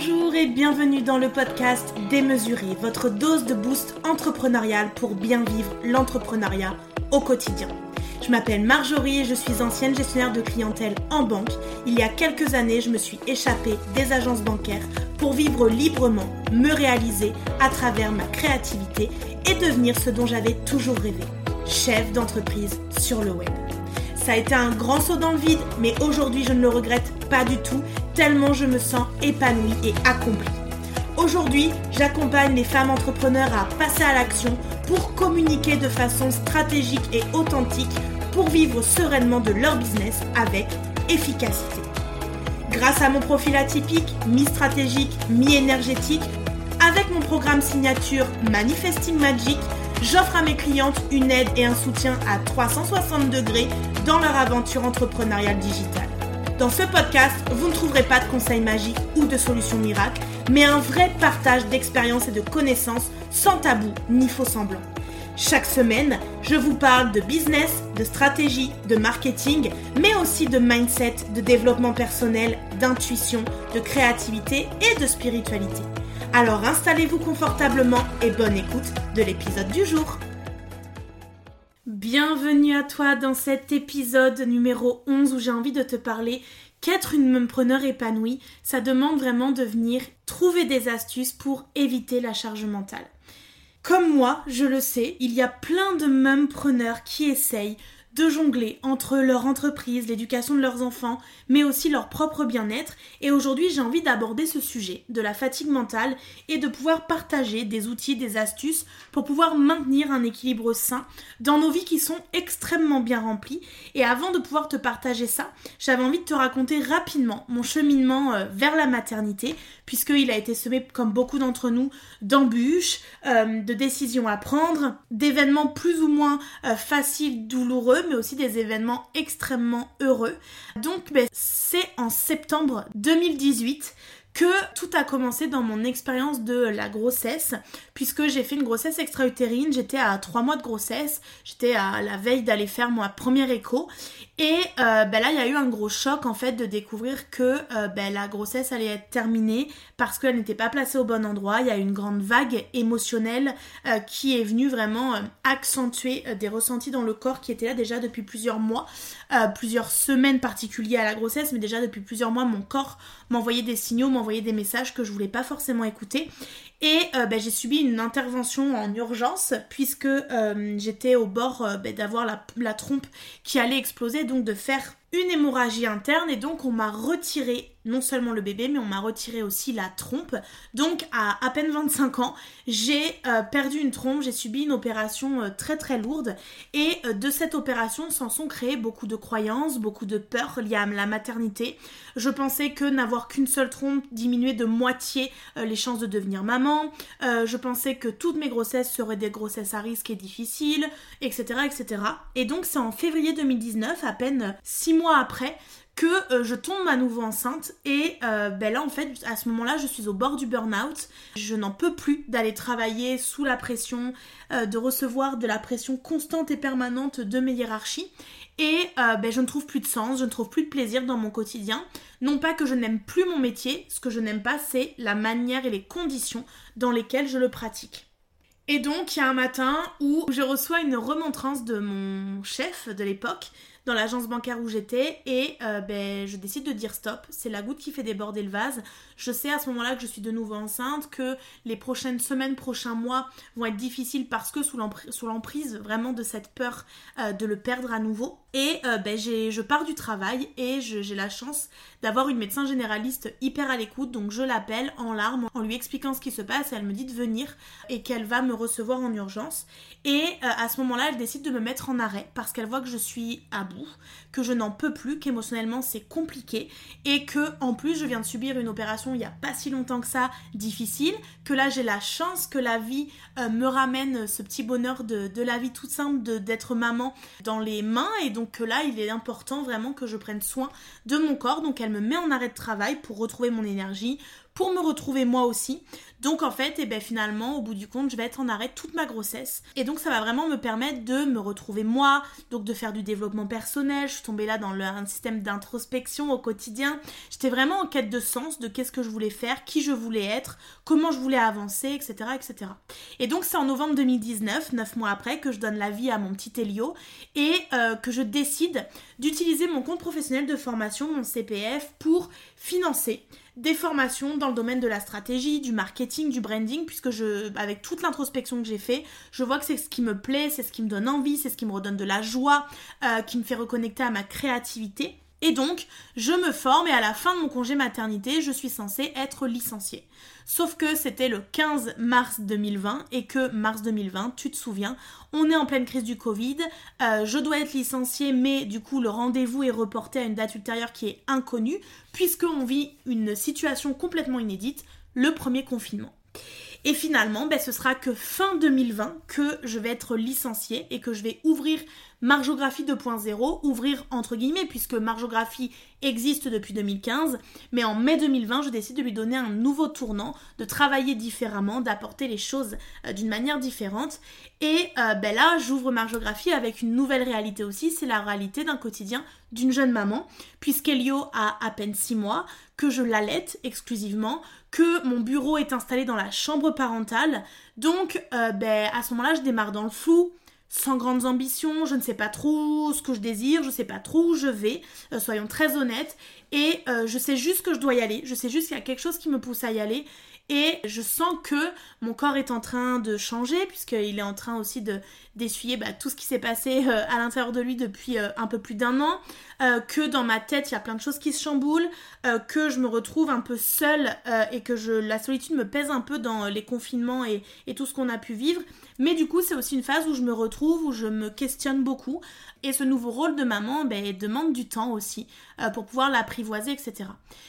Bonjour et bienvenue dans le podcast Démesuré, votre dose de boost entrepreneurial pour bien vivre l'entrepreneuriat au quotidien. Je m'appelle Marjorie et je suis ancienne gestionnaire de clientèle en banque. Il y a quelques années, je me suis échappée des agences bancaires pour vivre librement, me réaliser à travers ma créativité et devenir ce dont j'avais toujours rêvé, chef d'entreprise sur le web. Ça a été un grand saut dans le vide, mais aujourd'hui je ne le regrette pas du tout, tellement je me sens épanouie et accomplie. Aujourd'hui, j'accompagne les femmes entrepreneurs à passer à l'action pour communiquer de façon stratégique et authentique pour vivre sereinement de leur business avec efficacité. Grâce à mon profil atypique, mi-stratégique, mi-énergétique, avec mon programme signature Manifesting Magic, j'offre à mes clientes une aide et un soutien à 360 degrés dans leur aventure entrepreneuriale digitale. Dans ce podcast, vous ne trouverez pas de conseils magiques ou de solutions miracles, mais un vrai partage d'expériences et de connaissances sans tabou ni faux semblants. Chaque semaine, je vous parle de business, de stratégie, de marketing, mais aussi de mindset, de développement personnel, d'intuition, de créativité et de spiritualité. Alors installez-vous confortablement et bonne écoute de l'épisode du jour. Bienvenue à toi dans cet épisode numéro 11 où j'ai envie de te parler qu'être une mompreneur épanouie, ça demande vraiment de venir trouver des astuces pour éviter la charge mentale. Comme moi, je le sais, il y a plein de mompreneurs qui essayent de jongler entre leur entreprise, l'éducation de leurs enfants, mais aussi leur propre bien-être. Et aujourd'hui, j'ai envie d'aborder ce sujet de la fatigue mentale et de pouvoir partager des outils, des astuces pour pouvoir maintenir un équilibre sain dans nos vies qui sont extrêmement bien remplies. Et avant de pouvoir te partager ça, j'avais envie de te raconter rapidement mon cheminement vers la maternité, puisqu'il a été semé, comme beaucoup d'entre nous, d'embûches, de décisions à prendre, d'événements plus ou moins faciles, douloureux, mais aussi des événements extrêmement heureux. Donc c'est en septembre 2018 que tout a commencé dans mon expérience de la grossesse, puisque j'ai fait une grossesse extra-utérine, j'étais à 3 mois de grossesse, j'étais à la veille d'aller faire ma première écho, et là il y a eu un gros choc en fait de découvrir que la grossesse allait être terminée parce qu'elle n'était pas placée au bon endroit. Il y a eu une grande vague émotionnelle qui est venue vraiment accentuer des ressentis dans le corps qui étaient là déjà depuis plusieurs mois, plusieurs semaines particulières à la grossesse, mais déjà depuis plusieurs mois mon corps m'envoyait des signaux, m'envoyait des messages que je voulais pas forcément écouter. Et j'ai subi une intervention en urgence puisque j'étais au bord d'avoir la trompe qui allait exploser, donc de faire une hémorragie interne, et donc on m'a retiré non seulement le bébé, mais on m'a retiré aussi la trompe. Donc à peine 25 ans, j'ai perdu une trompe, j'ai subi une opération très très lourde, et de cette opération s'en sont créées beaucoup de croyances, beaucoup de peurs liées à la maternité. Je pensais que n'avoir qu'une seule trompe diminuait de moitié les chances de devenir maman. Je pensais que toutes mes grossesses seraient des grossesses à risque et difficiles, etc. etc. Et donc c'est en février 2019, à peine 6 mois après, que je tombe à nouveau enceinte, et là en fait à ce moment-là je suis au bord du burn-out. Je n'en peux plus d'aller travailler sous la pression, de recevoir de la pression constante et permanente de mes hiérarchies, et je ne trouve plus de sens, je ne trouve plus de plaisir dans mon quotidien. Non pas que je n'aime plus mon métier, ce que je n'aime pas c'est la manière et les conditions dans lesquelles je le pratique. Et donc il y a un matin où je reçois une remontrance de mon chef de l'époque dans l'agence bancaire où j'étais, et je décide de dire stop, c'est la goutte qui fait déborder le vase. Je sais à ce moment-là que je suis de nouveau enceinte, que les prochaines semaines, prochains mois vont être difficiles parce que sous l'emprise vraiment de cette peur de le perdre à nouveau. Et je pars du travail et j'ai la chance d'avoir une médecin généraliste hyper à l'écoute, donc je l'appelle en larmes en lui expliquant ce qui se passe, et elle me dit de venir et qu'elle va me recevoir en urgence. Et à ce moment-là, elle décide de me mettre en arrêt parce qu'elle voit que je suis à bout, que je n'en peux plus, qu'émotionnellement c'est compliqué, et que en plus je viens de subir une opération il n'y a pas si longtemps que ça, difficile, que là j'ai la chance que la vie me ramène ce petit bonheur de la vie toute simple, d'être maman dans les mains, et donc que là il est important vraiment que je prenne soin de mon corps. Donc elle me met en arrêt de travail pour retrouver mon énergie, pour me retrouver moi aussi. Donc en fait, finalement, au bout du compte, je vais être en arrêt toute ma grossesse. Et donc ça va vraiment me permettre de me retrouver moi, donc de faire du développement personnel. Je suis tombée là dans un système d'introspection au quotidien. J'étais vraiment en quête de sens, de qu'est-ce que je voulais faire, qui je voulais être, comment je voulais avancer, etc. etc. Et donc c'est en novembre 2019, 9 mois après, que je donne la vie à mon petit Elio et que je décide d'utiliser mon compte professionnel de formation, mon CPF, pour financer des formations dans le domaine de la stratégie, du marketing, du branding, puisque avec toute l'introspection que j'ai fait, je vois que c'est ce qui me plaît, c'est ce qui me donne envie, c'est ce qui me redonne de la joie, qui me fait reconnecter à ma créativité. Et donc, je me forme et à la fin de mon congé maternité, je suis censée être licenciée. Sauf que c'était le 15 mars 2020 et que mars 2020, tu te souviens, on est en pleine crise du Covid, je dois être licenciée mais du coup le rendez-vous est reporté à une date ultérieure qui est inconnue puisqu'on vit une situation complètement inédite, le premier confinement. Et finalement, ce sera que fin 2020 que je vais être licenciée et que je vais ouvrir Marjographie 2.0, ouvrir entre guillemets puisque Marjographie existe depuis 2015, mais en mai 2020, je décide de lui donner un nouveau tournant, de travailler différemment, d'apporter les choses d'une manière différente. Et là, j'ouvre Marjographie avec une nouvelle réalité aussi, c'est la réalité d'un quotidien d'une jeune maman, puisqu'Elio a à peine 6 mois, que je l'allaite exclusivement, que mon bureau est installé dans la chambre parentale. Donc, à ce moment-là, je démarre dans le flou, sans grandes ambitions, je ne sais pas trop ce que je désire, je ne sais pas trop où je vais, soyons très honnêtes, et je sais juste que je dois y aller, je sais juste qu'il y a quelque chose qui me pousse à y aller, et je sens que mon corps est en train de changer, puisqu'il est en train aussi d'essuyer tout ce qui s'est passé à l'intérieur de lui depuis un peu plus d'1 an, que dans ma tête, il y a plein de choses qui se chamboulent, que je me retrouve un peu seule et que la solitude me pèse un peu dans les confinements et tout ce qu'on a pu vivre. Mais du coup, c'est aussi une phase où je me retrouve, où je me questionne beaucoup. Et ce nouveau rôle de maman demande du temps aussi pour pouvoir l'apprivoiser, etc.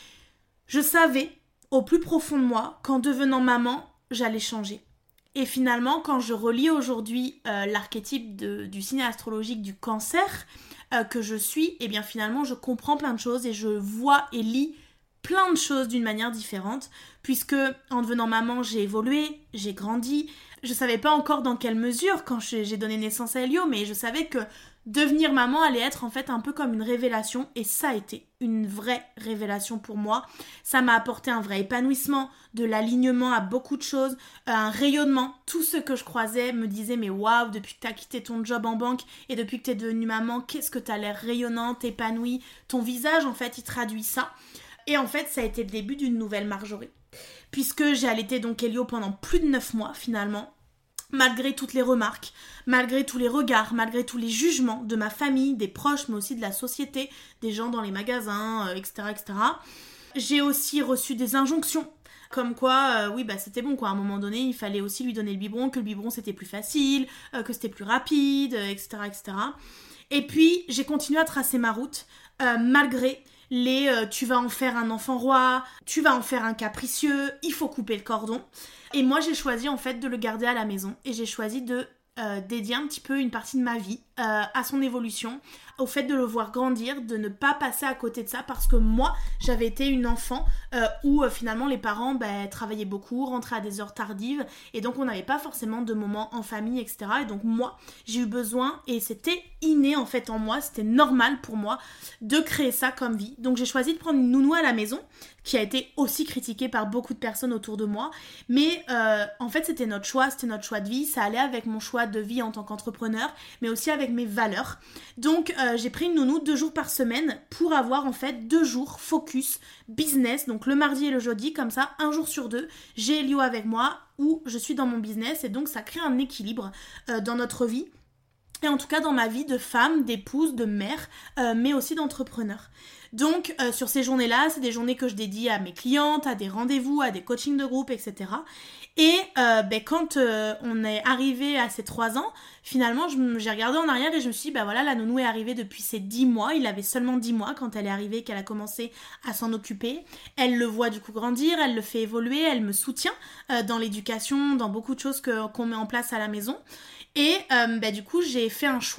Je savais au plus profond de moi qu'en devenant maman, j'allais changer. Et finalement, quand je relis aujourd'hui l'archétype du signe astrologique du Cancer que je suis, finalement, je comprends plein de choses et je vois et lis plein de choses d'une manière différente, puisque en devenant maman, j'ai évolué, j'ai grandi. Je savais pas encore dans quelle mesure quand j'ai donné naissance à Elio, mais je savais que devenir maman allait être en fait un peu comme une révélation, et ça a été une vraie révélation pour moi. Ça m'a apporté un vrai épanouissement, de l'alignement à beaucoup de choses, un rayonnement. Tout ce que je croisais me disait mais waouh, depuis que t'as quitté ton job en banque et depuis que t'es devenue maman, qu'est-ce que t'as l'air rayonnante, épanouie. Ton visage en fait il traduit ça. Et en fait ça a été le début d'une nouvelle Marjorie. Puisque j'ai allaité donc Elio pendant plus de 9 mois finalement. Malgré toutes les remarques, malgré tous les regards, malgré tous les jugements de ma famille, des proches, mais aussi de la société, des gens dans les magasins, etc., etc. J'ai aussi reçu des injonctions, comme quoi, c'était bon quoi, à un moment donné, il fallait aussi lui donner le biberon, que le biberon c'était plus facile, que c'était plus rapide, etc., etc. Et puis, j'ai continué à tracer ma route, malgré tu vas en faire un enfant roi, tu vas en faire un capricieux, il faut couper le cordon. Et moi j'ai choisi en fait de le garder à la maison et j'ai choisi de dédier un petit peu une partie de ma vie à son évolution, au fait de le voir grandir, de ne pas passer à côté de ça, parce que moi j'avais été une enfant où finalement les parents travaillaient beaucoup, rentraient à des heures tardives et donc on n'avait pas forcément de moments en famille, etc. Et donc moi j'ai eu besoin, et c'était inné en fait en moi, c'était normal pour moi de créer ça comme vie. Donc j'ai choisi de prendre une nounou à la maison, qui a été aussi critiquée par beaucoup de personnes autour de moi, mais en fait c'était notre choix de vie, ça allait avec mon choix de vie en tant qu'entrepreneur, mais aussi avec mes valeurs. Donc j'ai pris une nounou 2 jours par semaine pour avoir en fait 2 jours focus business, donc le mardi et le jeudi, comme ça 1 jour sur 2, j'ai Elio avec moi où je suis dans mon business, et donc ça crée un équilibre dans notre vie. Et en tout cas dans ma vie de femme, d'épouse, de mère, mais aussi d'entrepreneur. Donc sur ces journées-là, c'est des journées que je dédie à mes clientes, à des rendez-vous, à des coachings de groupe, etc. Et quand on est arrivé à ces 3 ans, finalement j'ai regardé en arrière et je me suis dit la nounou est arrivée depuis ses 10 mois, il avait seulement 10 mois quand elle est arrivée, qu'elle a commencé à s'en occuper. Elle le voit du coup grandir, elle le fait évoluer, elle me soutient dans l'éducation, dans beaucoup de choses qu'on met en place à la maison. Et du coup j'ai fait un choix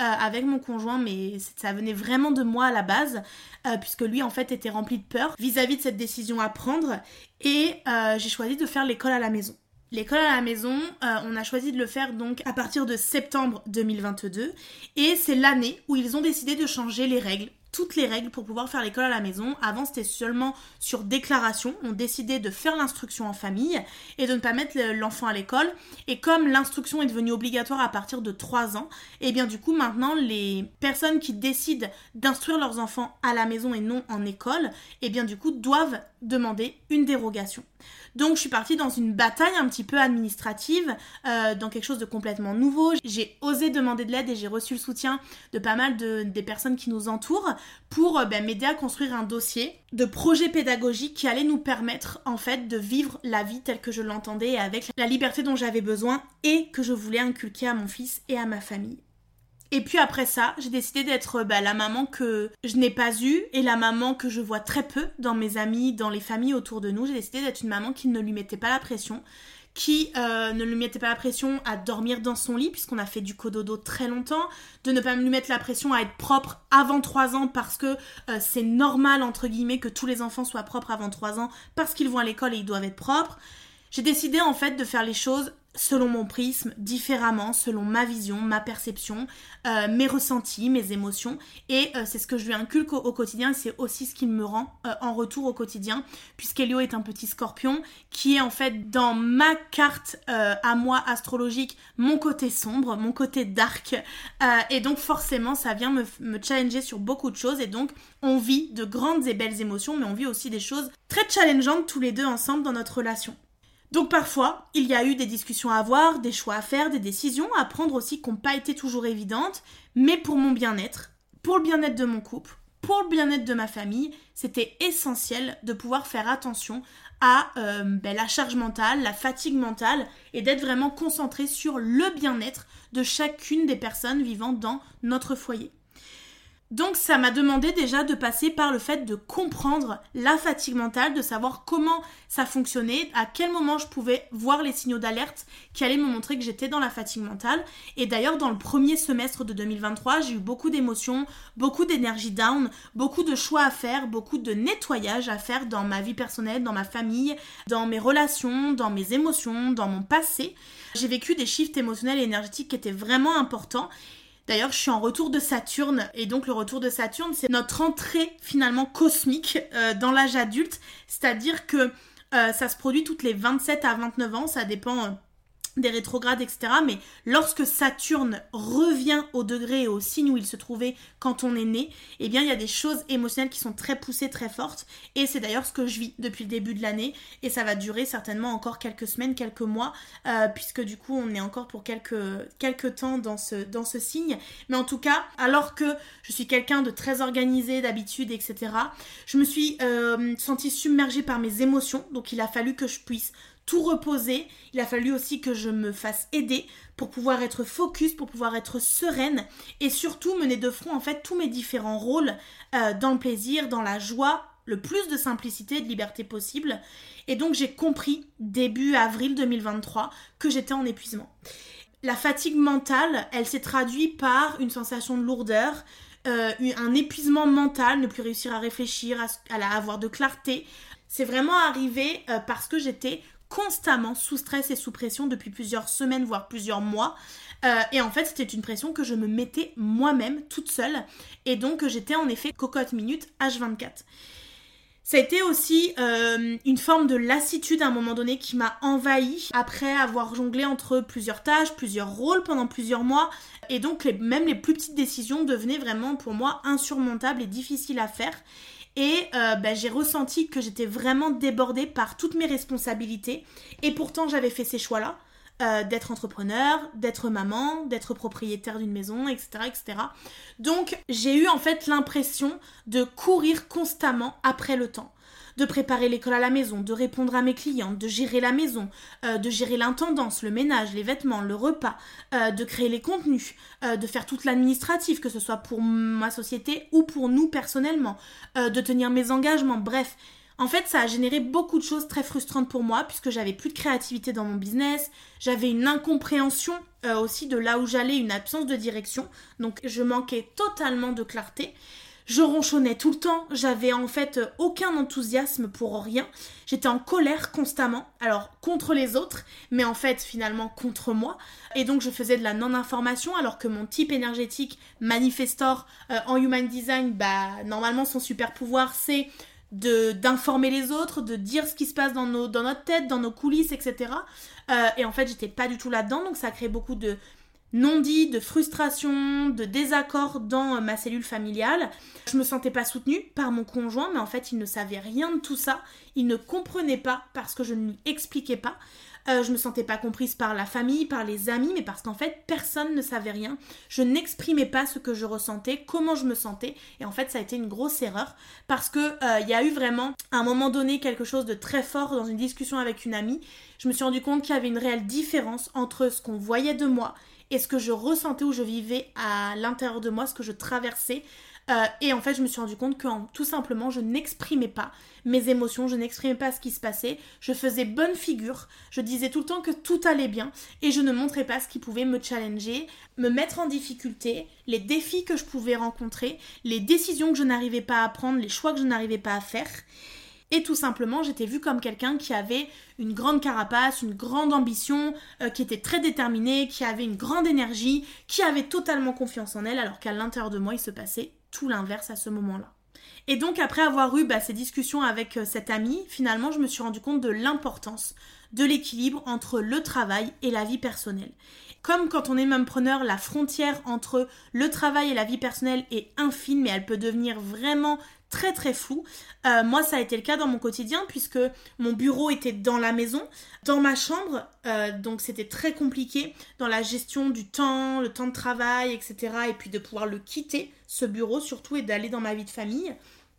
avec mon conjoint, mais ça venait vraiment de moi à la base, puisque lui en fait était rempli de peur vis-à-vis de cette décision à prendre, et j'ai choisi de faire l'école à la maison. L'école à la maison, on a choisi de le faire donc à partir de septembre 2022, et c'est l'année où ils ont décidé de changer les règles, toutes les règles pour pouvoir faire l'école à la maison. Avant, c'était seulement sur déclaration. On décidait de faire l'instruction en famille et de ne pas mettre l'enfant à l'école. Et comme l'instruction est devenue obligatoire à partir de 3 ans, et bien du coup, maintenant, les personnes qui décident d'instruire leurs enfants à la maison et non en école, et bien du coup, doivent demander une dérogation. Donc je suis partie dans une bataille un petit peu administrative, dans quelque chose de complètement nouveau. J'ai osé demander de l'aide et j'ai reçu le soutien de pas mal des personnes qui nous entourent pour m'aider à construire un dossier de projet pédagogique qui allait nous permettre en fait de vivre la vie telle que je l'entendais et avec la liberté dont j'avais besoin et que je voulais inculquer à mon fils et à ma famille. Et puis après ça, j'ai décidé d'être la maman que je n'ai pas eue et la maman que je vois très peu dans mes amis, dans les familles autour de nous. J'ai décidé d'être une maman qui ne lui mettait pas la pression, qui ne lui mettait pas la pression à dormir dans son lit, puisqu'on a fait du cododo très longtemps, de ne pas lui mettre la pression à être propre avant 3 ans, parce que c'est normal, entre guillemets, que tous les enfants soient propres avant 3 ans, parce qu'ils vont à l'école et ils doivent être propres. J'ai décidé en fait de faire les choses selon mon prisme, différemment, selon ma vision, ma perception, mes ressentis, mes émotions, et c'est ce que je lui inculque au quotidien, et c'est aussi ce qu'il me rend en retour au quotidien, puisqu'Elio est un petit scorpion, qui est en fait dans ma carte à moi astrologique, mon côté sombre, mon côté dark, et donc forcément ça vient me challenger sur beaucoup de choses, et donc on vit de grandes et belles émotions, mais on vit aussi des choses très challengeantes tous les deux ensemble dans notre relation. Donc parfois, il y a eu des discussions à avoir, des choix à faire, des décisions à prendre aussi qui n'ont pas été toujours évidentes, mais pour mon bien-être, pour le bien-être de mon couple, pour le bien-être de ma famille, c'était essentiel de pouvoir faire attention à la charge mentale, la fatigue mentale, et d'être vraiment concentré sur le bien-être de chacune des personnes vivant dans notre foyer. Donc ça m'a demandé déjà de passer par le fait de comprendre la fatigue mentale, de savoir comment ça fonctionnait, à quel moment je pouvais voir les signaux d'alerte qui allaient me montrer que j'étais dans la fatigue mentale. Et d'ailleurs dans le premier semestre de 2023, j'ai eu beaucoup d'émotions, beaucoup d'énergie down, beaucoup de choix à faire, beaucoup de nettoyage à faire dans ma vie personnelle, dans ma famille, dans mes relations, dans mes émotions, dans mon passé. J'ai vécu des shifts émotionnels et énergétiques qui étaient vraiment importants. D'ailleurs, je suis en retour de Saturne, et donc le retour de Saturne, c'est notre entrée finalement cosmique dans l'âge adulte, c'est-à-dire que ça se produit toutes les 27 à 29 ans, ça dépend des rétrogrades, etc. Mais lorsque Saturne revient au degré et au signe où il se trouvait quand on est né, eh bien il y a des choses émotionnelles qui sont très poussées, très fortes, et c'est d'ailleurs ce que je vis depuis le début de l'année, et ça va durer certainement encore quelques semaines, quelques mois, puisque du coup on est encore pour quelques temps dans ce signe. Mais en tout cas, alors que je suis quelqu'un de très organisé d'habitude, etc., je me suis sentie submergée par mes émotions, donc il a fallu que je puisse tout reposer, il a fallu aussi que je me fasse aider pour pouvoir être focus, pour pouvoir être sereine et surtout mener de front en fait tous mes différents rôles dans le plaisir, dans la joie, le plus de simplicité et de liberté possible. Et donc j'ai compris début avril 2023 que j'étais en épuisement. La fatigue mentale, elle s'est traduite par une sensation de lourdeur, un épuisement mental, ne plus réussir à réfléchir, à avoir de clarté. C'est vraiment arrivé parce que j'étais constamment sous stress et sous pression depuis plusieurs semaines, voire plusieurs mois. Et en fait, c'était une pression que je me mettais moi-même, toute seule. Et donc, j'étais en effet cocotte minute H24. Ça a été aussi une forme de lassitude à un moment donné qui m'a envahie après avoir jonglé entre plusieurs tâches, plusieurs rôles pendant plusieurs mois. Et donc, même les plus petites décisions devenaient vraiment pour moi insurmontables et difficiles à faire. Et j'ai ressenti que j'étais vraiment débordée par toutes mes responsabilités. Et pourtant, j'avais fait ces choix-là, d'être entrepreneur, d'être maman, d'être propriétaire d'une maison, etc., etc. Donc, j'ai eu en fait l'impression de courir constamment après le temps. De préparer l'école à la maison, de répondre à mes clients, de gérer la maison, de gérer l'intendance, le ménage, les vêtements, le repas, de créer les contenus, de faire toute l'administratif, que ce soit pour ma société ou pour nous personnellement, de tenir mes engagements, bref. En fait, ça a généré beaucoup de choses très frustrantes pour moi puisque j'avais plus de créativité dans mon business, j'avais une incompréhension aussi de là où j'allais, une absence de direction, donc je manquais totalement de clarté. Je ronchonnais tout le temps, j'avais en fait aucun enthousiasme pour rien, j'étais en colère constamment, alors contre les autres, mais en fait finalement contre moi, et donc je faisais de la non-information alors que mon type énergétique manifestor en Human Design, normalement son super pouvoir c'est d'informer les autres, de dire ce qui se passe dans notre tête, dans nos coulisses, etc. Et en fait j'étais pas du tout là-dedans, donc ça a créé beaucoup de non-dits, de frustration, de désaccord dans ma cellule familiale. Je me sentais pas soutenue par mon conjoint, mais en fait, il ne savait rien de tout ça. Il ne comprenait pas parce que je ne lui expliquais pas. Je me sentais pas comprise par la famille, par les amis, mais parce qu'en fait, personne ne savait rien. Je n'exprimais pas ce que je ressentais, comment je me sentais. Et en fait, ça a été une grosse erreur parce que il y a eu vraiment, à un moment donné, quelque chose de très fort dans une discussion avec une amie. Je me suis rendu compte qu'il y avait une réelle différence entre ce qu'on voyait de moi et ce que je ressentais ou je vivais à l'intérieur de moi, ce que je traversais. Et en fait, je me suis rendu compte que tout simplement, je n'exprimais pas mes émotions, je n'exprimais pas ce qui se passait. Je faisais bonne figure, je disais tout le temps que tout allait bien et je ne montrais pas ce qui pouvait me challenger, me mettre en difficulté, les défis que je pouvais rencontrer, les décisions que je n'arrivais pas à prendre, les choix que je n'arrivais pas à faire. Et tout simplement, j'étais vue comme quelqu'un qui avait une grande carapace, une grande ambition, qui était très déterminée, qui avait une grande énergie, qui avait totalement confiance en elle, alors qu'à l'intérieur de moi, il se passait tout l'inverse à ce moment-là. Et donc, après avoir eu ces discussions avec cette amie, finalement, je me suis rendu compte de l'importance de l'équilibre entre le travail et la vie personnelle. Comme quand on est mompreneur, la frontière entre le travail et la vie personnelle est infime, mais elle peut devenir vraiment très très floue. Moi, ça a été le cas dans mon quotidien puisque mon bureau était dans la maison, dans ma chambre, donc c'était très compliqué dans la gestion du temps, le temps de travail, etc. Et puis de pouvoir le quitter, ce bureau surtout, et d'aller dans ma vie de famille.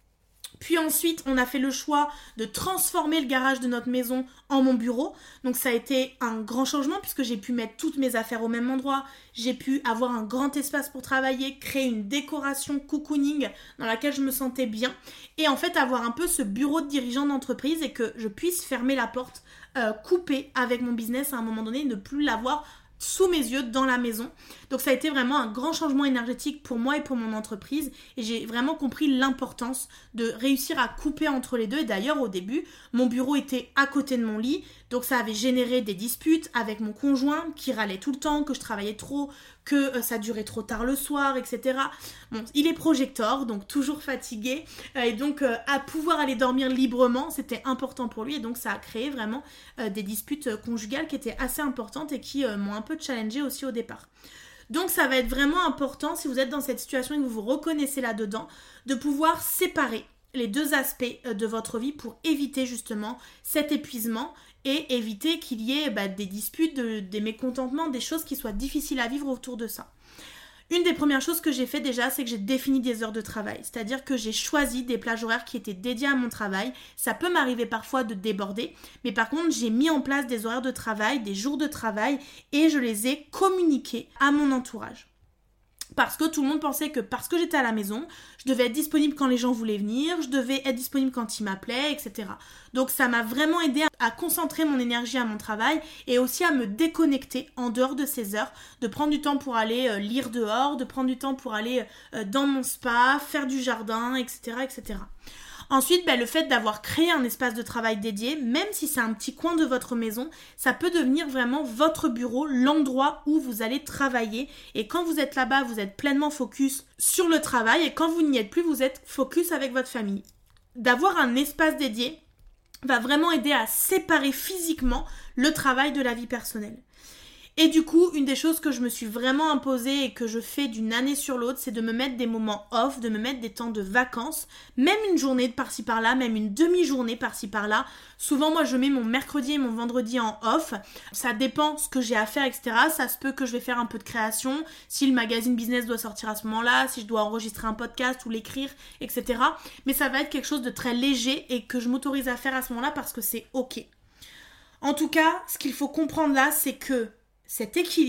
Puis ensuite, on a fait le choix de transformer le garage de notre maison en mon bureau. Donc ça a été un grand changement puisque j'ai pu mettre toutes mes affaires au même endroit. J'ai pu avoir un grand espace pour travailler, créer une décoration cocooning dans laquelle je me sentais bien. Et en fait, avoir un peu ce bureau de dirigeant d'entreprise et que je puisse fermer la porte, couper avec mon business à un moment donné, ne plus l'avoir sous mes yeux dans la maison. Donc ça a été vraiment un grand changement énergétique pour moi et pour mon entreprise et j'ai vraiment compris l'importance de réussir à couper entre les deux. Et d'ailleurs au début mon bureau était à côté de mon lit, donc ça avait généré des disputes avec mon conjoint qui râlait tout le temps, que je travaillais trop, que ça durait trop tard le soir, etc. Bon, il est projecteur, donc toujours fatigué, et donc à pouvoir aller dormir librement, c'était important pour lui, et donc ça a créé vraiment des disputes conjugales qui étaient assez importantes et qui m'ont un peu challengée aussi au départ. Donc ça va être vraiment important, si vous êtes dans cette situation et que vous vous reconnaissez là-dedans, de pouvoir séparer les deux aspects de votre vie pour éviter justement cet épuisement et éviter qu'il y ait des disputes, des mécontentements, des choses qui soient difficiles à vivre autour de ça. Une des premières choses que j'ai fait déjà, c'est que j'ai défini des heures de travail. C'est-à-dire que j'ai choisi des plages horaires qui étaient dédiées à mon travail. Ça peut m'arriver parfois de déborder, mais par contre, j'ai mis en place des horaires de travail, des jours de travail, et je les ai communiqués à mon entourage. Parce que tout le monde pensait que parce que j'étais à la maison, je devais être disponible quand les gens voulaient venir, je devais être disponible quand ils m'appelaient, etc. Donc ça m'a vraiment aidé à concentrer mon énergie à mon travail et aussi à me déconnecter en dehors de ces heures, de prendre du temps pour aller lire dehors, de prendre du temps pour aller dans mon spa, faire du jardin, etc. etc. Ensuite, le fait d'avoir créé un espace de travail dédié, même si c'est un petit coin de votre maison, ça peut devenir vraiment votre bureau, l'endroit où vous allez travailler. Et quand vous êtes là-bas, vous êtes pleinement focus sur le travail. Et quand vous n'y êtes plus, vous êtes focus avec votre famille. D'avoir un espace dédié va vraiment aider à séparer physiquement le travail de la vie personnelle. Et du coup, une des choses que je me suis vraiment imposée et que je fais d'une année sur l'autre, c'est de me mettre des moments off, de me mettre des temps de vacances, même une journée de par-ci par-là, même une demi-journée par-ci par-là. Souvent, moi, je mets mon mercredi et mon vendredi en off. Ça dépend ce que j'ai à faire, etc. Ça se peut que je vais faire un peu de création, si le magazine business doit sortir à ce moment-là, si je dois enregistrer un podcast ou l'écrire, etc. Mais ça va être quelque chose de très léger et que je m'autorise à faire à ce moment-là parce que c'est ok. En tout cas, ce qu'il faut comprendre là, c'est que cet équilibre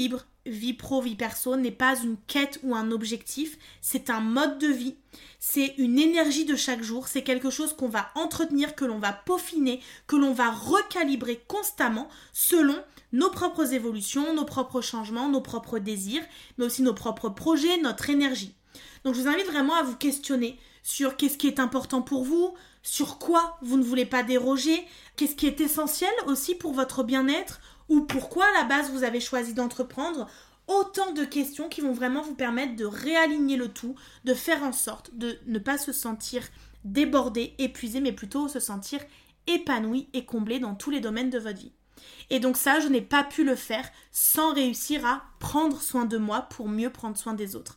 vie pro, vie perso n'est pas une quête ou un objectif, c'est un mode de vie, c'est une énergie de chaque jour, c'est quelque chose qu'on va entretenir, que l'on va peaufiner, que l'on va recalibrer constamment selon nos propres évolutions, nos propres changements, nos propres désirs, mais aussi nos propres projets, notre énergie. Donc je vous invite vraiment à vous questionner sur qu'est-ce qui est important pour vous, sur quoi vous ne voulez pas déroger, qu'est-ce qui est essentiel aussi pour votre bien-être, ou pourquoi à la base vous avez choisi d'entreprendre. Autant de questions qui vont vraiment vous permettre de réaligner le tout, de faire en sorte de ne pas se sentir débordé, épuisé, mais plutôt se sentir épanoui et comblé dans tous les domaines de votre vie. Et donc ça, je n'ai pas pu le faire sans réussir à prendre soin de moi pour mieux prendre soin des autres.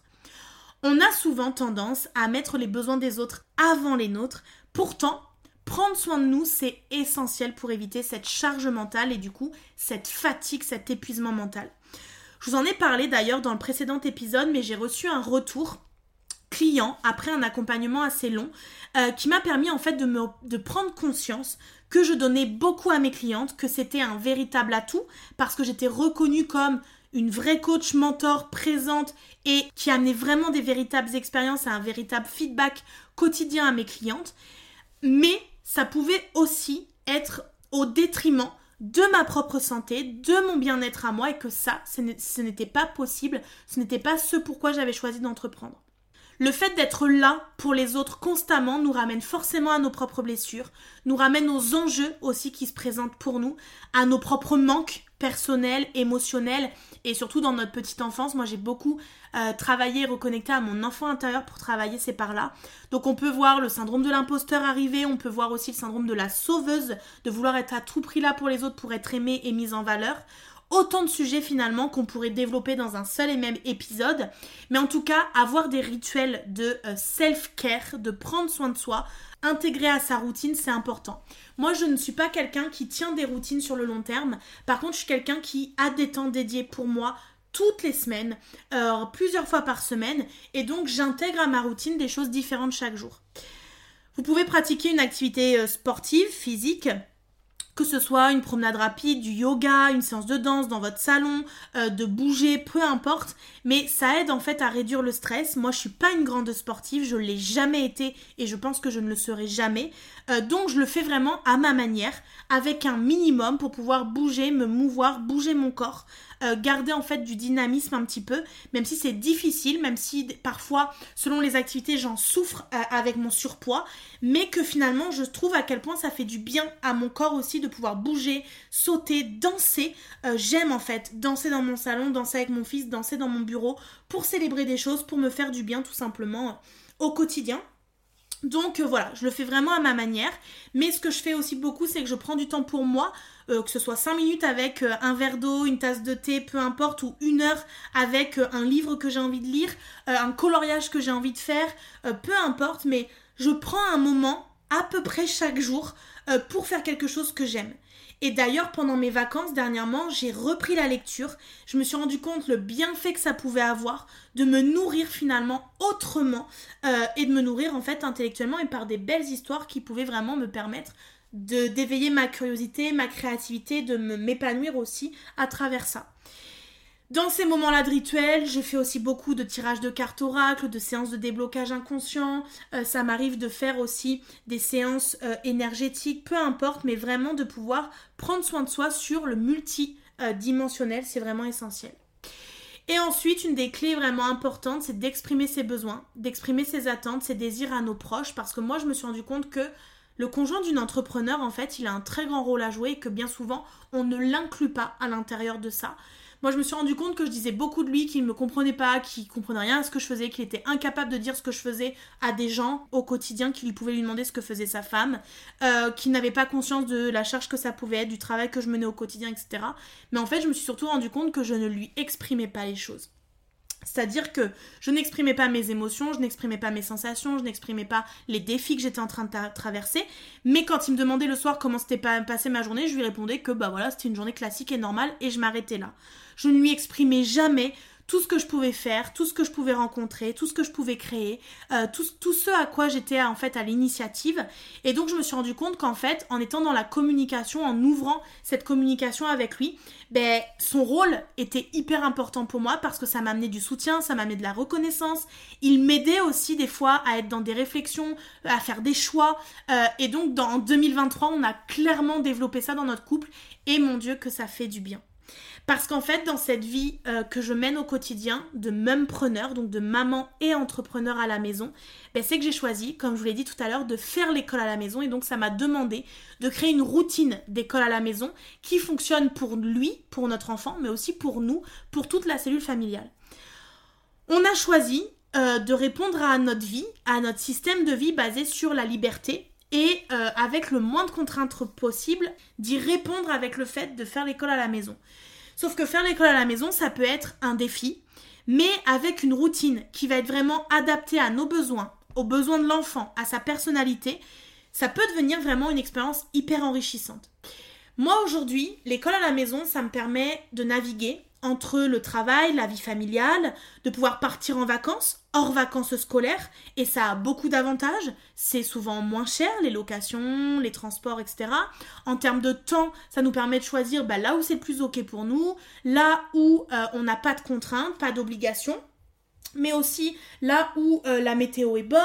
On a souvent tendance à mettre les besoins des autres avant les nôtres. Pourtant, prendre soin de nous, c'est essentiel pour éviter cette charge mentale et du coup, cette fatigue, cet épuisement mental. Je vous en ai parlé d'ailleurs dans le précédent épisode, mais j'ai reçu un retour client après un accompagnement assez long qui m'a permis en fait de prendre conscience que je donnais beaucoup à mes clientes, que c'était un véritable atout parce que j'étais reconnue comme une vraie coach mentor présente et qui amenait vraiment des véritables expériences et un véritable feedback quotidien à mes clientes. Mais ça pouvait aussi être au détriment de ma propre santé, de mon bien-être à moi et que ça, ce n'était pas possible, ce n'était pas ce pourquoi j'avais choisi d'entreprendre. Le fait d'être là pour les autres constamment nous ramène forcément à nos propres blessures, nous ramène aux enjeux aussi qui se présentent pour nous, à nos propres manques personnels, émotionnels et surtout dans notre petite enfance. Moi j'ai beaucoup travaillé et reconnecté à mon enfant intérieur pour travailler ces parts-là. Donc on peut voir le syndrome de l'imposteur arriver, on peut voir aussi le syndrome de la sauveuse, de vouloir être à tout prix là pour les autres pour être aimée et mise en valeur. Autant de sujets finalement qu'on pourrait développer dans un seul et même épisode. Mais en tout cas, avoir des rituels de self-care, de prendre soin de soi, intégrer à sa routine, c'est important. Moi, je ne suis pas quelqu'un qui tient des routines sur le long terme. Par contre, je suis quelqu'un qui a des temps dédiés pour moi toutes les semaines, plusieurs fois par semaine. Et donc, j'intègre à ma routine des choses différentes chaque jour. Vous pouvez pratiquer une activité sportive, physique, que ce soit une promenade rapide, du yoga, une séance de danse dans votre salon, de bouger, peu importe. Mais ça aide en fait à réduire le stress. Moi, je suis pas une grande sportive, je l'ai jamais été et je pense que je ne le serai jamais. Donc, je le fais vraiment à ma manière, avec un minimum pour pouvoir bouger, me mouvoir, bouger mon corps. Garder en fait du dynamisme un petit peu, même si c'est difficile, même si parfois, selon les activités, j'en souffre avec mon surpoids, mais que finalement, je trouve à quel point ça fait du bien à mon corps aussi de pouvoir bouger, sauter, danser. J'aime en fait danser dans mon salon, danser avec mon fils, danser dans mon bureau, pour célébrer des choses, pour me faire du bien tout simplement au quotidien. Donc voilà, je le fais vraiment à ma manière, mais ce que je fais aussi beaucoup, c'est que je prends du temps pour moi, que ce soit 5 minutes avec un verre d'eau, une tasse de thé, peu importe, ou 1 heure avec un livre que j'ai envie de lire, un coloriage que j'ai envie de faire, peu importe, mais je prends un moment à peu près chaque jour pour faire quelque chose que j'aime. Et d'ailleurs, pendant mes vacances dernièrement, j'ai repris la lecture. Je me suis rendu compte le bienfait que ça pouvait avoir de me nourrir finalement autrement et de me nourrir en fait intellectuellement et par des belles histoires qui pouvaient vraiment me permettre d'éveiller ma curiosité, ma créativité, de m'épanouir aussi à travers ça. Dans ces moments-là de rituel, je fais aussi beaucoup de tirages de cartes oracle, de séances de déblocage inconscient. Ça m'arrive de faire aussi des séances énergétiques, peu importe, mais vraiment de pouvoir prendre soin de soi sur le multidimensionnel, c'est vraiment essentiel. Et ensuite, une des clés vraiment importantes, c'est d'exprimer ses besoins, d'exprimer ses attentes, ses désirs à nos proches, parce que moi, je me suis rendu compte que le conjoint d'une entrepreneur, en fait, il a un très grand rôle à jouer et que bien souvent, on ne l'inclut pas à l'intérieur de ça. Moi, je me suis rendu compte que je disais beaucoup de lui, qu'il ne me comprenait pas, qu'il comprenait rien à ce que je faisais, qu'il était incapable de dire ce que je faisais à des gens au quotidien qui pouvaient lui demander ce que faisait sa femme, qu'il n'avait pas conscience de la charge que ça pouvait être, du travail que je menais au quotidien, etc. Mais en fait, je me suis surtout rendu compte que je ne lui exprimais pas les choses. C'est-à-dire que je n'exprimais pas mes émotions, je n'exprimais pas mes sensations, je n'exprimais pas les défis que j'étais en train de traverser. Mais quand il me demandait le soir comment s'était passée ma journée, je lui répondais que bah voilà, c'était une journée classique et normale et je m'arrêtais là. Je ne lui exprimais jamais tout ce que je pouvais faire, tout ce que je pouvais rencontrer, tout ce que je pouvais créer, tout ce à quoi j'étais en fait à l'initiative. Et donc je me suis rendu compte qu'en fait, en étant dans la communication, en ouvrant cette communication avec lui, son rôle était hyper important pour moi parce que ça m'amenait du soutien, ça m'amenait de la reconnaissance. Il m'aidait aussi des fois à être dans des réflexions, à faire des choix. Et donc en 2023, on a clairement développé ça dans notre couple. Et mon Dieu que ça fait du bien. Parce qu'en fait, dans cette vie que je mène au quotidien, de mumpreneur, donc de maman et entrepreneur à la maison, c'est que j'ai choisi, comme je vous l'ai dit tout à l'heure, de faire l'école à la maison. Et donc, ça m'a demandé de créer une routine d'école à la maison qui fonctionne pour lui, pour notre enfant, mais aussi pour nous, pour toute la cellule familiale. On a choisi de répondre à notre vie, à notre système de vie basé sur la liberté, et avec le moins de contraintes possible, d'y répondre avec le fait de faire l'école à la maison. Sauf que faire l'école à la maison, ça peut être un défi, mais avec une routine qui va être vraiment adaptée à nos besoins, aux besoins de l'enfant, à sa personnalité, ça peut devenir vraiment une expérience hyper enrichissante. Moi aujourd'hui, l'école à la maison, ça me permet de naviguer entre le travail, la vie familiale, de pouvoir partir en vacances, hors vacances scolaires, et ça a beaucoup d'avantages. C'est souvent moins cher, les locations, les transports, etc. En termes de temps, ça nous permet de choisir là où c'est le plus ok pour nous, là où on n'a pas de contraintes, pas d'obligations, mais aussi là où la météo est bonne,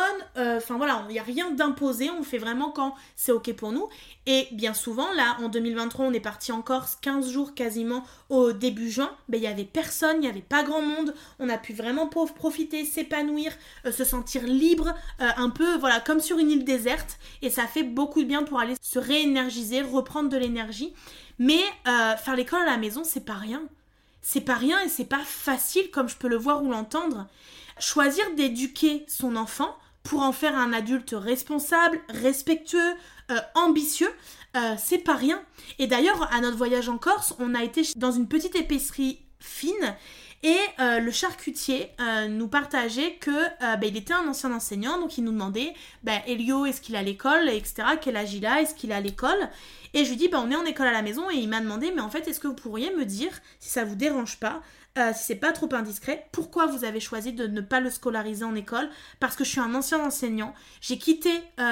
il n'y a rien d'imposé, on fait vraiment quand c'est ok pour nous. Et bien souvent, là, en 2023, on est parti en Corse 15 jours quasiment au début juin, il n'y avait personne, il n'y avait pas grand monde, on a pu vraiment profiter, s'épanouir, se sentir libre, un peu, comme sur une île déserte, et ça fait beaucoup de bien pour aller se réénergiser, reprendre de l'énergie. Mais faire l'école à la maison, c'est pas rien. C'est pas rien et c'est pas facile comme je peux le voir ou l'entendre. Choisir d'éduquer son enfant pour en faire un adulte responsable, respectueux, ambitieux, c'est pas rien. Et d'ailleurs, à notre voyage en Corse, on a été dans une petite épicerie fine et le charcutier nous partageait que il était un ancien enseignant, donc il nous demandait Elio, est-ce qu'il est à l'école, etc. Quel âge il a, est-ce qu'il est à l'école? Et je lui dis on est en école à la maison, et il m'a demandé mais en fait est-ce que vous pourriez me dire, si ça vous dérange pas, si c'est pas trop indiscret, pourquoi vous avez choisi de ne pas le scolariser en école? Parce que je suis un ancien enseignant, j'ai quitté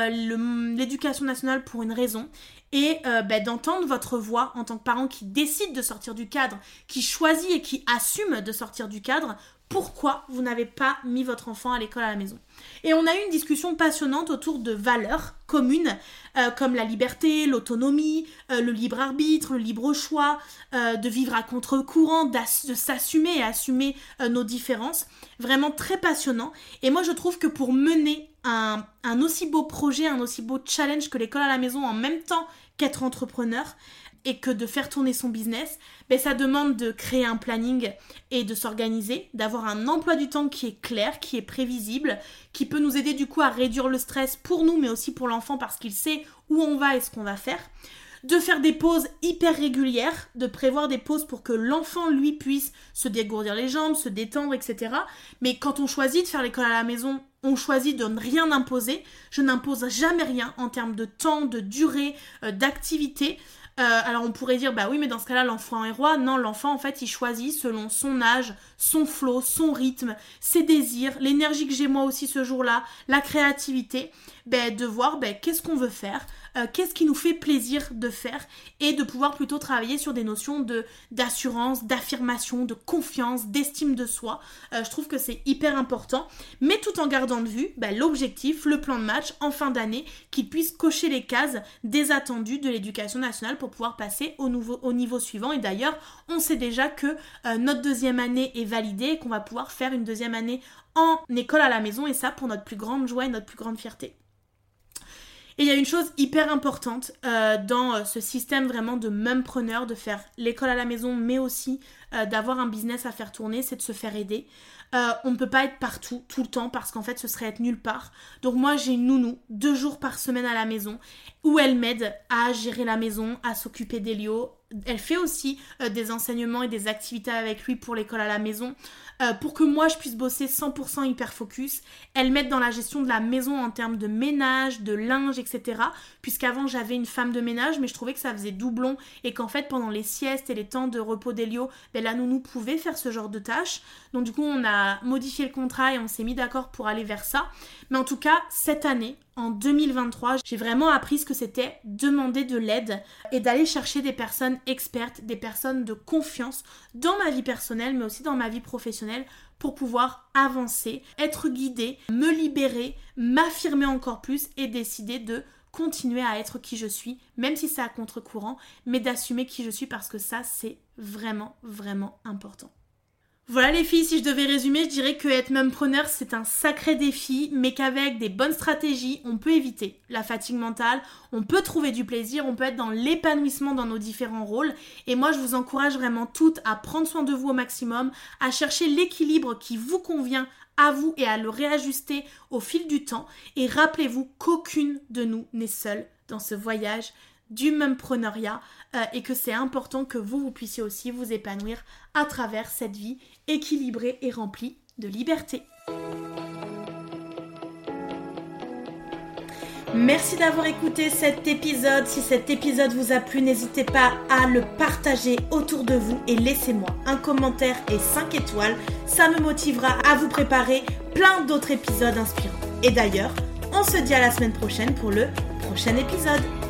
l'éducation nationale pour une raison, et d'entendre votre voix en tant que parent qui décide de sortir du cadre, qui choisit et qui assume de sortir du cadre, pourquoi vous n'avez pas mis votre enfant à l'école à la maison. Et on a eu une discussion passionnante autour de valeurs communes, comme la liberté, l'autonomie, le libre arbitre, le libre choix, de vivre à contre-courant, de s'assumer et assumer nos différences. Vraiment très passionnant. Et moi je trouve que pour mener un aussi beau projet, un aussi beau challenge que l'école à la maison en même temps qu'être entrepreneur, et que de faire tourner son business, ça demande de créer un planning et de s'organiser, d'avoir un emploi du temps qui est clair, qui est prévisible, qui peut nous aider du coup à réduire le stress pour nous, mais aussi pour l'enfant parce qu'il sait où on va et ce qu'on va faire. De faire des pauses hyper régulières, de prévoir des pauses pour que l'enfant, lui, puisse se dégourdir les jambes, se détendre, etc. Mais quand on choisit de faire l'école à la maison, on choisit de ne rien imposer. Je n'impose jamais rien en termes de temps, de durée, d'activité. Alors on pourrait dire oui mais dans ce cas-là l'enfant est roi. Non, l'enfant en fait il choisit selon son âge, son flow, son rythme, ses désirs, l'énergie que j'ai moi aussi ce jour-là, la créativité, de voir qu'est-ce qu'on veut faire, qu'est-ce qui nous fait plaisir de faire, et de pouvoir plutôt travailler sur des notions d'assurance, d'affirmation, de confiance, d'estime de soi. Je trouve que c'est hyper important, mais tout en gardant de vue l'objectif, le plan de match en fin d'année, qui puisse cocher les cases des attendus de l'éducation nationale pour pouvoir passer au niveau suivant. Et d'ailleurs, on sait déjà que notre deuxième année est validée et qu'on va pouvoir faire une deuxième année en école à la maison, et ça pour notre plus grande joie et notre plus grande fierté. Et il y a une chose hyper importante dans ce système vraiment de mumpreneur, de faire l'école à la maison, mais aussi d'avoir un business à faire tourner, c'est de se faire aider. On ne peut pas être partout, tout le temps, parce qu'en fait ce serait être nulle part. Donc moi j'ai une nounou 2 jours par semaine à la maison, où elle m'aide à gérer la maison, à s'occuper d'Elio, Elle fait aussi des enseignements et des activités avec lui pour l'école à la maison, pour que moi je puisse bosser 100% hyper focus. Elle m'aide dans la gestion de la maison en termes de ménage, de linge, etc. Puisqu'avant j'avais une femme de ménage, mais je trouvais que ça faisait doublon et qu'en fait pendant les siestes et les temps de repos d'Elio, la nounou pouvait faire ce genre de tâches. Donc du coup on a modifié le contrat et on s'est mis d'accord pour aller vers ça. Mais en tout cas, cette année, en 2023, j'ai vraiment appris ce que c'était demander de l'aide et d'aller chercher des personnes expertes, des personnes de confiance dans ma vie personnelle, mais aussi dans ma vie professionnelle pour pouvoir avancer, être guidée, me libérer, m'affirmer encore plus et décider de continuer à être qui je suis, même si c'est à contre-courant, mais d'assumer qui je suis parce que ça, c'est vraiment, vraiment important. Voilà les filles, si je devais résumer, je dirais que être mumpreneur, c'est un sacré défi, mais qu'avec des bonnes stratégies, on peut éviter la fatigue mentale, on peut trouver du plaisir, on peut être dans l'épanouissement dans nos différents rôles. Et moi, je vous encourage vraiment toutes à prendre soin de vous au maximum, à chercher l'équilibre qui vous convient à vous et à le réajuster au fil du temps. Et rappelez-vous qu'aucune de nous n'est seule dans ce voyage du mumpreneuriat et que c'est important que vous puissiez aussi vous épanouir à travers cette vie équilibrée et remplie de liberté. Merci d'avoir écouté cet épisode. Si cet épisode vous a plu, n'hésitez pas à le partager autour de vous et laissez-moi un commentaire et 5 étoiles. Ça me motivera à vous préparer plein d'autres épisodes inspirants. Et d'ailleurs, on se dit à la semaine prochaine pour le prochain épisode.